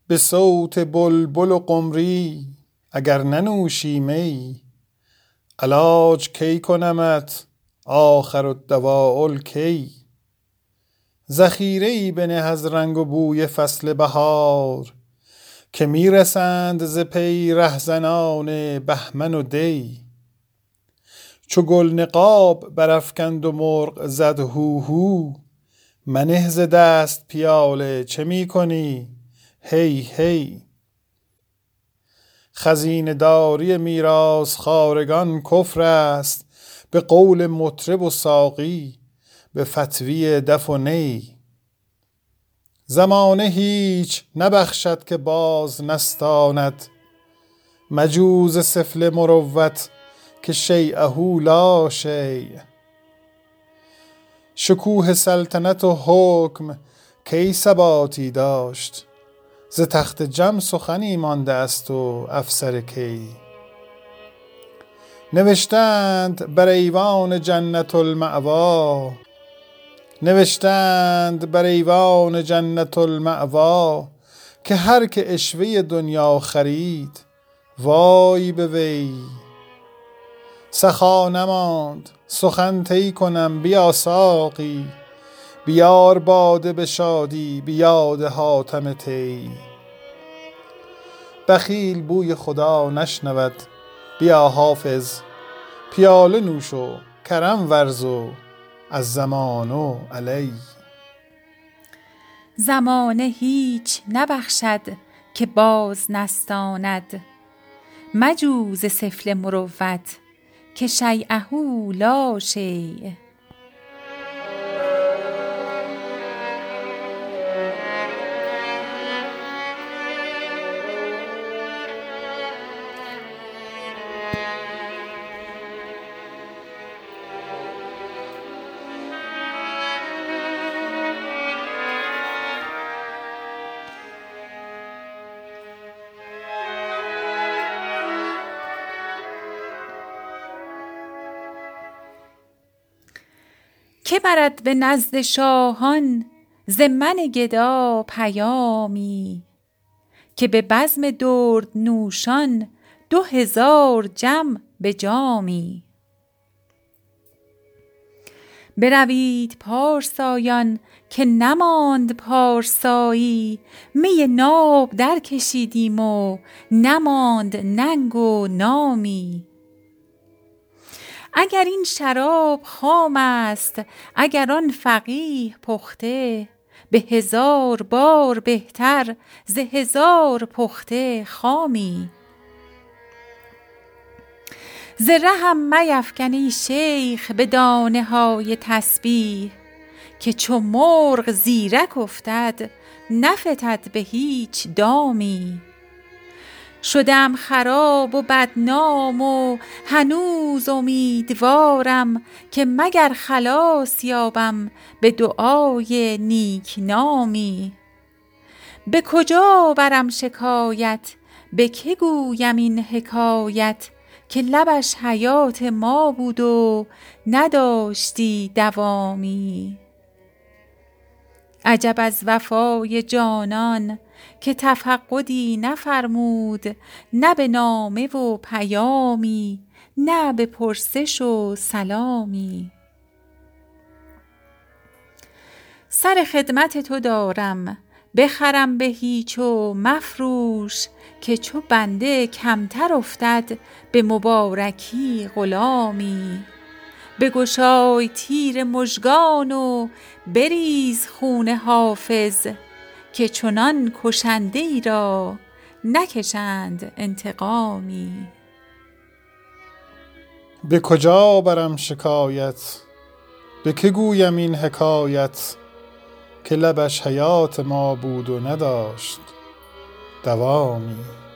به صوت بلبل و قمری اگر ننوشی می، علاج کی کنمت آخر الدواء الکی. ذخیره‌ای بنه از رنگ و بوی فصل بهار، که میرسند ز پی رهزنان بهمن و دی. چو گل نقاب برافکند و مرغ زد هوهو، منه ز دست پیاله چه میکنی هی هی. خزینه داری میراث خوارگان کفر است، به قول مطرب و ساقی به فتوی دف و نی. زمانه هیچ نبخشد که باز نستاند، مجوز سفله مروت که شیئه لا شیء. شکوه سلطنت و حکم کی ثباتی داشت، ز تخت جم سخنی مانده است و افسر کی. نوشتند بر ایوان جنت المأوا، نوشتند بر ایوان جنت المأوا، که هر که عشوه دنیا خرید وای به وی. سخا نماند سخن طی کنم، بیا ساقی بیار باده به شادی بیاد حاتم طی. بخیل بوی خدا نشنود، بیا حافظ پیاله نوش و کرم ورز و از زمان علی. زمانه هیچ نبخشد که باز نستاند، مجوز سفله مروت که شیئه لا شیء. که برد به نزد شاهان ز من گدا پیامی، که به بزم درد نوشان 2000 جم به جامی. بروید پارسایان که نماند پارسایی، می ناب در کشیدیم و نماند ننگ و نامی. اگر این شراب خام است اگر آن فقیه پخته، به 1000 بار بهتر ز 1000 پخته خامی. ز رهم میفکن ای شیخ به دانه های تسبیح، که چو مرغ زیرک افتد نفتد به هیچ دامی. شدم خراب و بدنام و هنوز امیدوارم، که مگر خلاص یابم به دعای نیک نامی. به کجا برم شکایت به که گویم این حکایت، که لبش حیات ما بود و نداشتی دوامی. عجب از وفای جانان که تفقدی نفرمود، نه به نامه و پیامی نه به پرسش و سلامی. سر خدمت تو دارم بخرم به هیچ و مفروش، که چو بنده کمتر افتد به مبارکی غلامی. بگشای تیر مژگان و بریز خون حافظ، که چنان کشنده ای را نکشند انتقامی. به کجا برم شکایت به که گویم این حکایت، که لبش حیات ما بود و نداشت دوامی.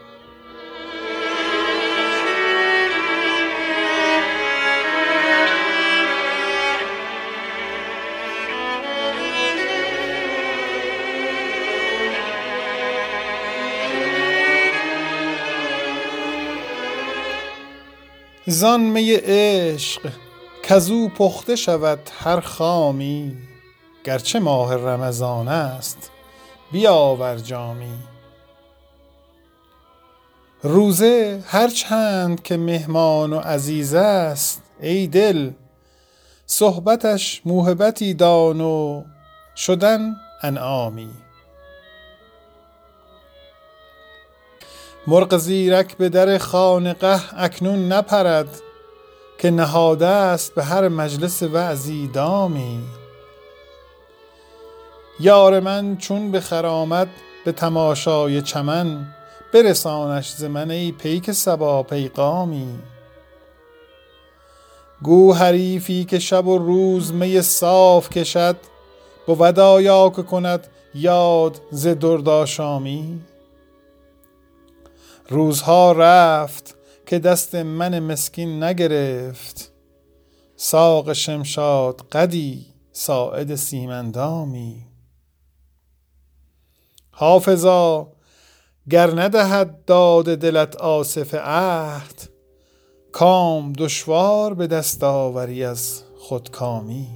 زان می عشق کزو پخته شود هر خامی، گرچه ماه رمضان است بیاور جامی. روزه هر چند که مهمان و عزیز است، ای دل صحبتش موهبتی دان و شدن انعامی. مرغ زیرک به در خانقه اکنون نپرد، که نهاده است به هر مجلس وعظی دامی. یار من چون بخرامد به تماشای چمن، برسانش ز من ای پیک صبا پیغامی. گو حریفی که شب و روز می صاف کشد، بود آیا که کند یاد ز درد آشامی. روزها رفت که دست من مسکین نگرفت، ساق شمشاد قدی ساعد سیمندامی. حافظا گر ندهد داد دلت آصف عهد، کام دشوار به دست آوری از خودکامی.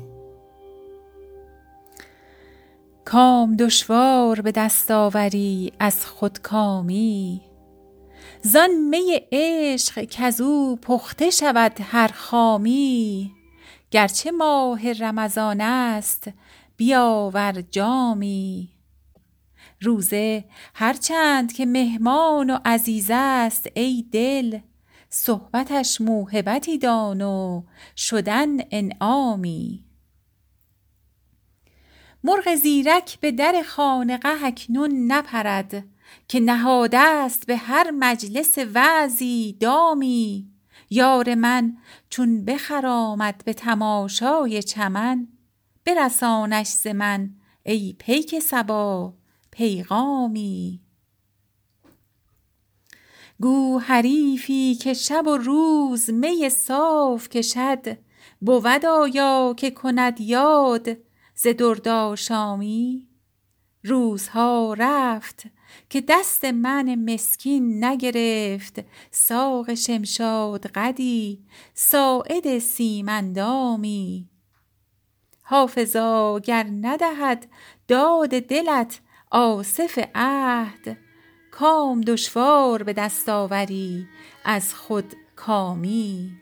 کام دشوار به دست آوری از خودکامی. زان می عشق کزو پخته شود هر خامی. گرچه ماه رمضان است بیاور جامی. روزه هر چند که مهمان و عزیز است، ای دل صحبتش موهبتی دان و شدن انعامی. مرغ زیرک به در خانقه اکنون نپرد، که نهاده است به هر مجلس وعظی دامی. یار من چون بخرامد به تماشای چمن، برسانش ز من ای پیک صبا پیغامی. گو حریفی که شب و روز می صاف کشد، بود آیا که کند یاد ز درد آشامی. روزها رفت که دست من مسکین نگرفت، ساق شمشاد قدی ساعد سیمندامی. حافظا گر ندهد داد دلت آصف عهد، کام دشوار به دست آوری از خود کامی.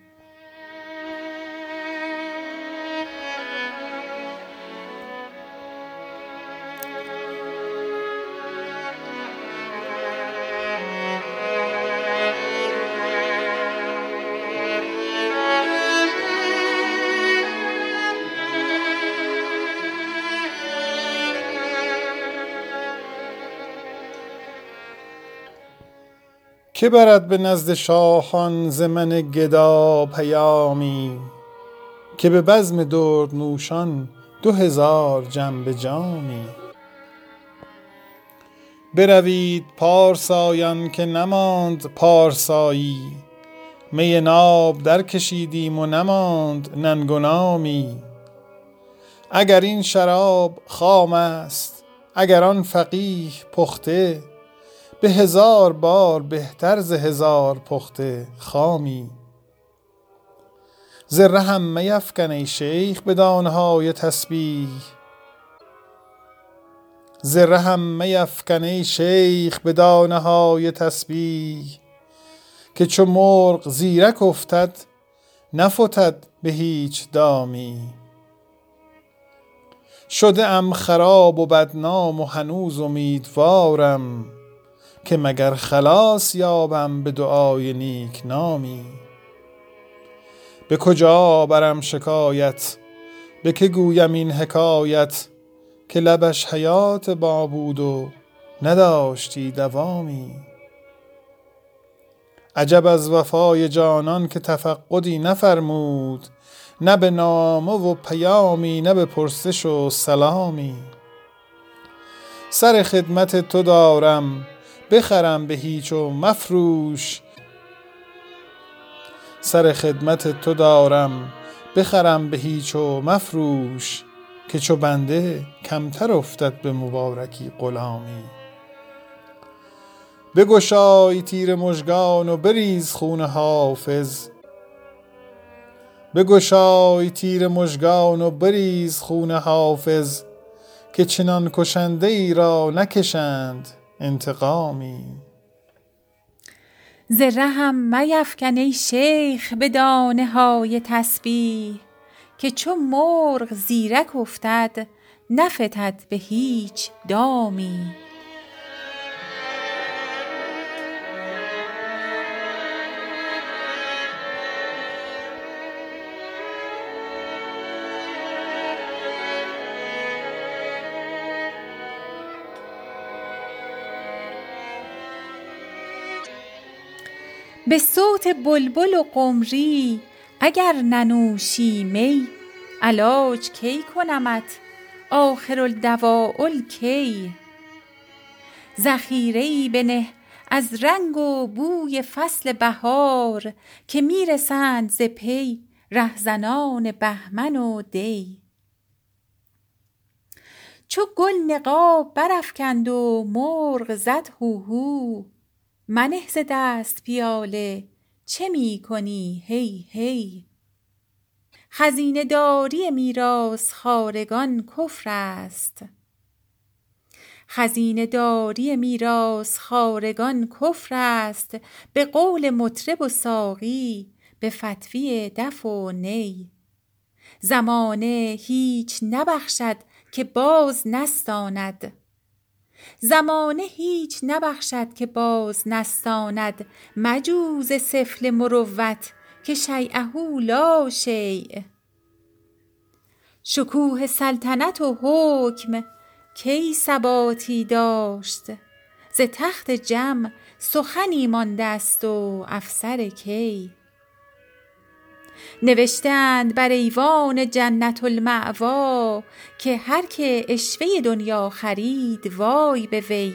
که برد به نزد شاهان ز من گدا پیامی، که به بزم درد نوشان 2000 جنبه جامی. بروید پارسایان که نماند پارسایی، می ناب در کشیدیم و نماند ننگ و نامی. اگر این شراب خام است، اگر آن فقیه پخته، به 1000 بار بهتر ز 1000 پخته خامی. ز رهم میفکن ای شیخ به دانه های تسبیح، ز رهم میفکن ای شیخ به دانه های تسبیح. که چو مرغ زیرک افتد نفتد به هیچ دامی. شده ام خراب و بدنام و هنوز امیدوارم، که مگر خلاص یابم به دعای نیک نامی. به کجا برم شکایت، به که گویم این حکایت، که لبش حیات ما بود و نداشتی دوامی. عجب از وفای جانان که تفقدی نفرمود، نه به نامه و پیامی نه به پرسش و سلامی. سر خدمت تو دارم بخرم به هیچ و مفروش، سر خدمت تو دارم بخرم به هیچ و مفروش. که چو بنده کمتر افتد به مبارکی غلامی. بگشای تیر مژگان و بریز خون حافظ، بگشای تیر مژگان و بریز خون حافظ. که چنان کشنده ای را نکشند انتقامی. ز رهم میفکن ای شیخ به دانه های تسبیح، که چو مرغ زیرک افتد نفتد به هیچ دامی. به صوت بلبل و قمری اگر ننوشی می، علاج کی کنمت آخرالدواء کی. ذخیره‌ای بنه از رنگ و بوی فصل بهار، که میرسند ز پی رهزنان بهمن و دی. چو گل نقاب برافکند و مرغ زد هوهو، منه ز دست پیاله چه می کنی هی هی. خزینه داری میراث خوارگان کفر است، خزینه داری میراث خوارگان کفر است. به قول مطرب و ساقی به فتوی دف و نی. زمانه هیچ نبخشد که باز نستاند، زمانه هیچ نبخشد که باز نستاند. مجو ز سفله مروت که شیئه لا شیء. شکوه سلطنت و حکم کی ثباتی داشت، ز تخت جم سخنی مانده است و افسر کی. نوشتند بر ایوان جنت المأوا، که هر که عشوه دنیا خرید وای به وی.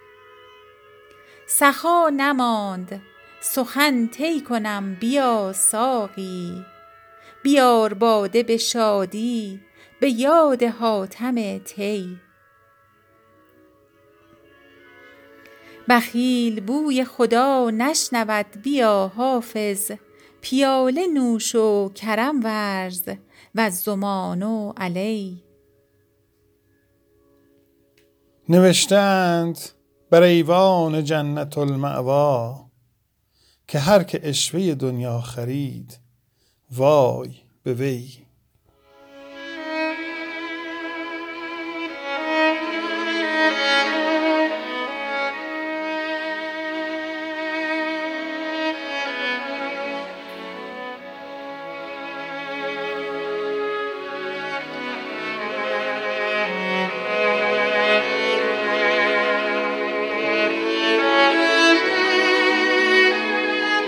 سخا نماند سخن طی کنم بیا ساقی، بیار باده به شادی به یاد حاتم طی. بخیل بوی خدا نشنود بیا حافظ، پیاله نوش و کرم ورز و الضمان علی. نوشتند بر ایوان جنت المأوا، که هر که عشوه دنیا خرید وای به وی.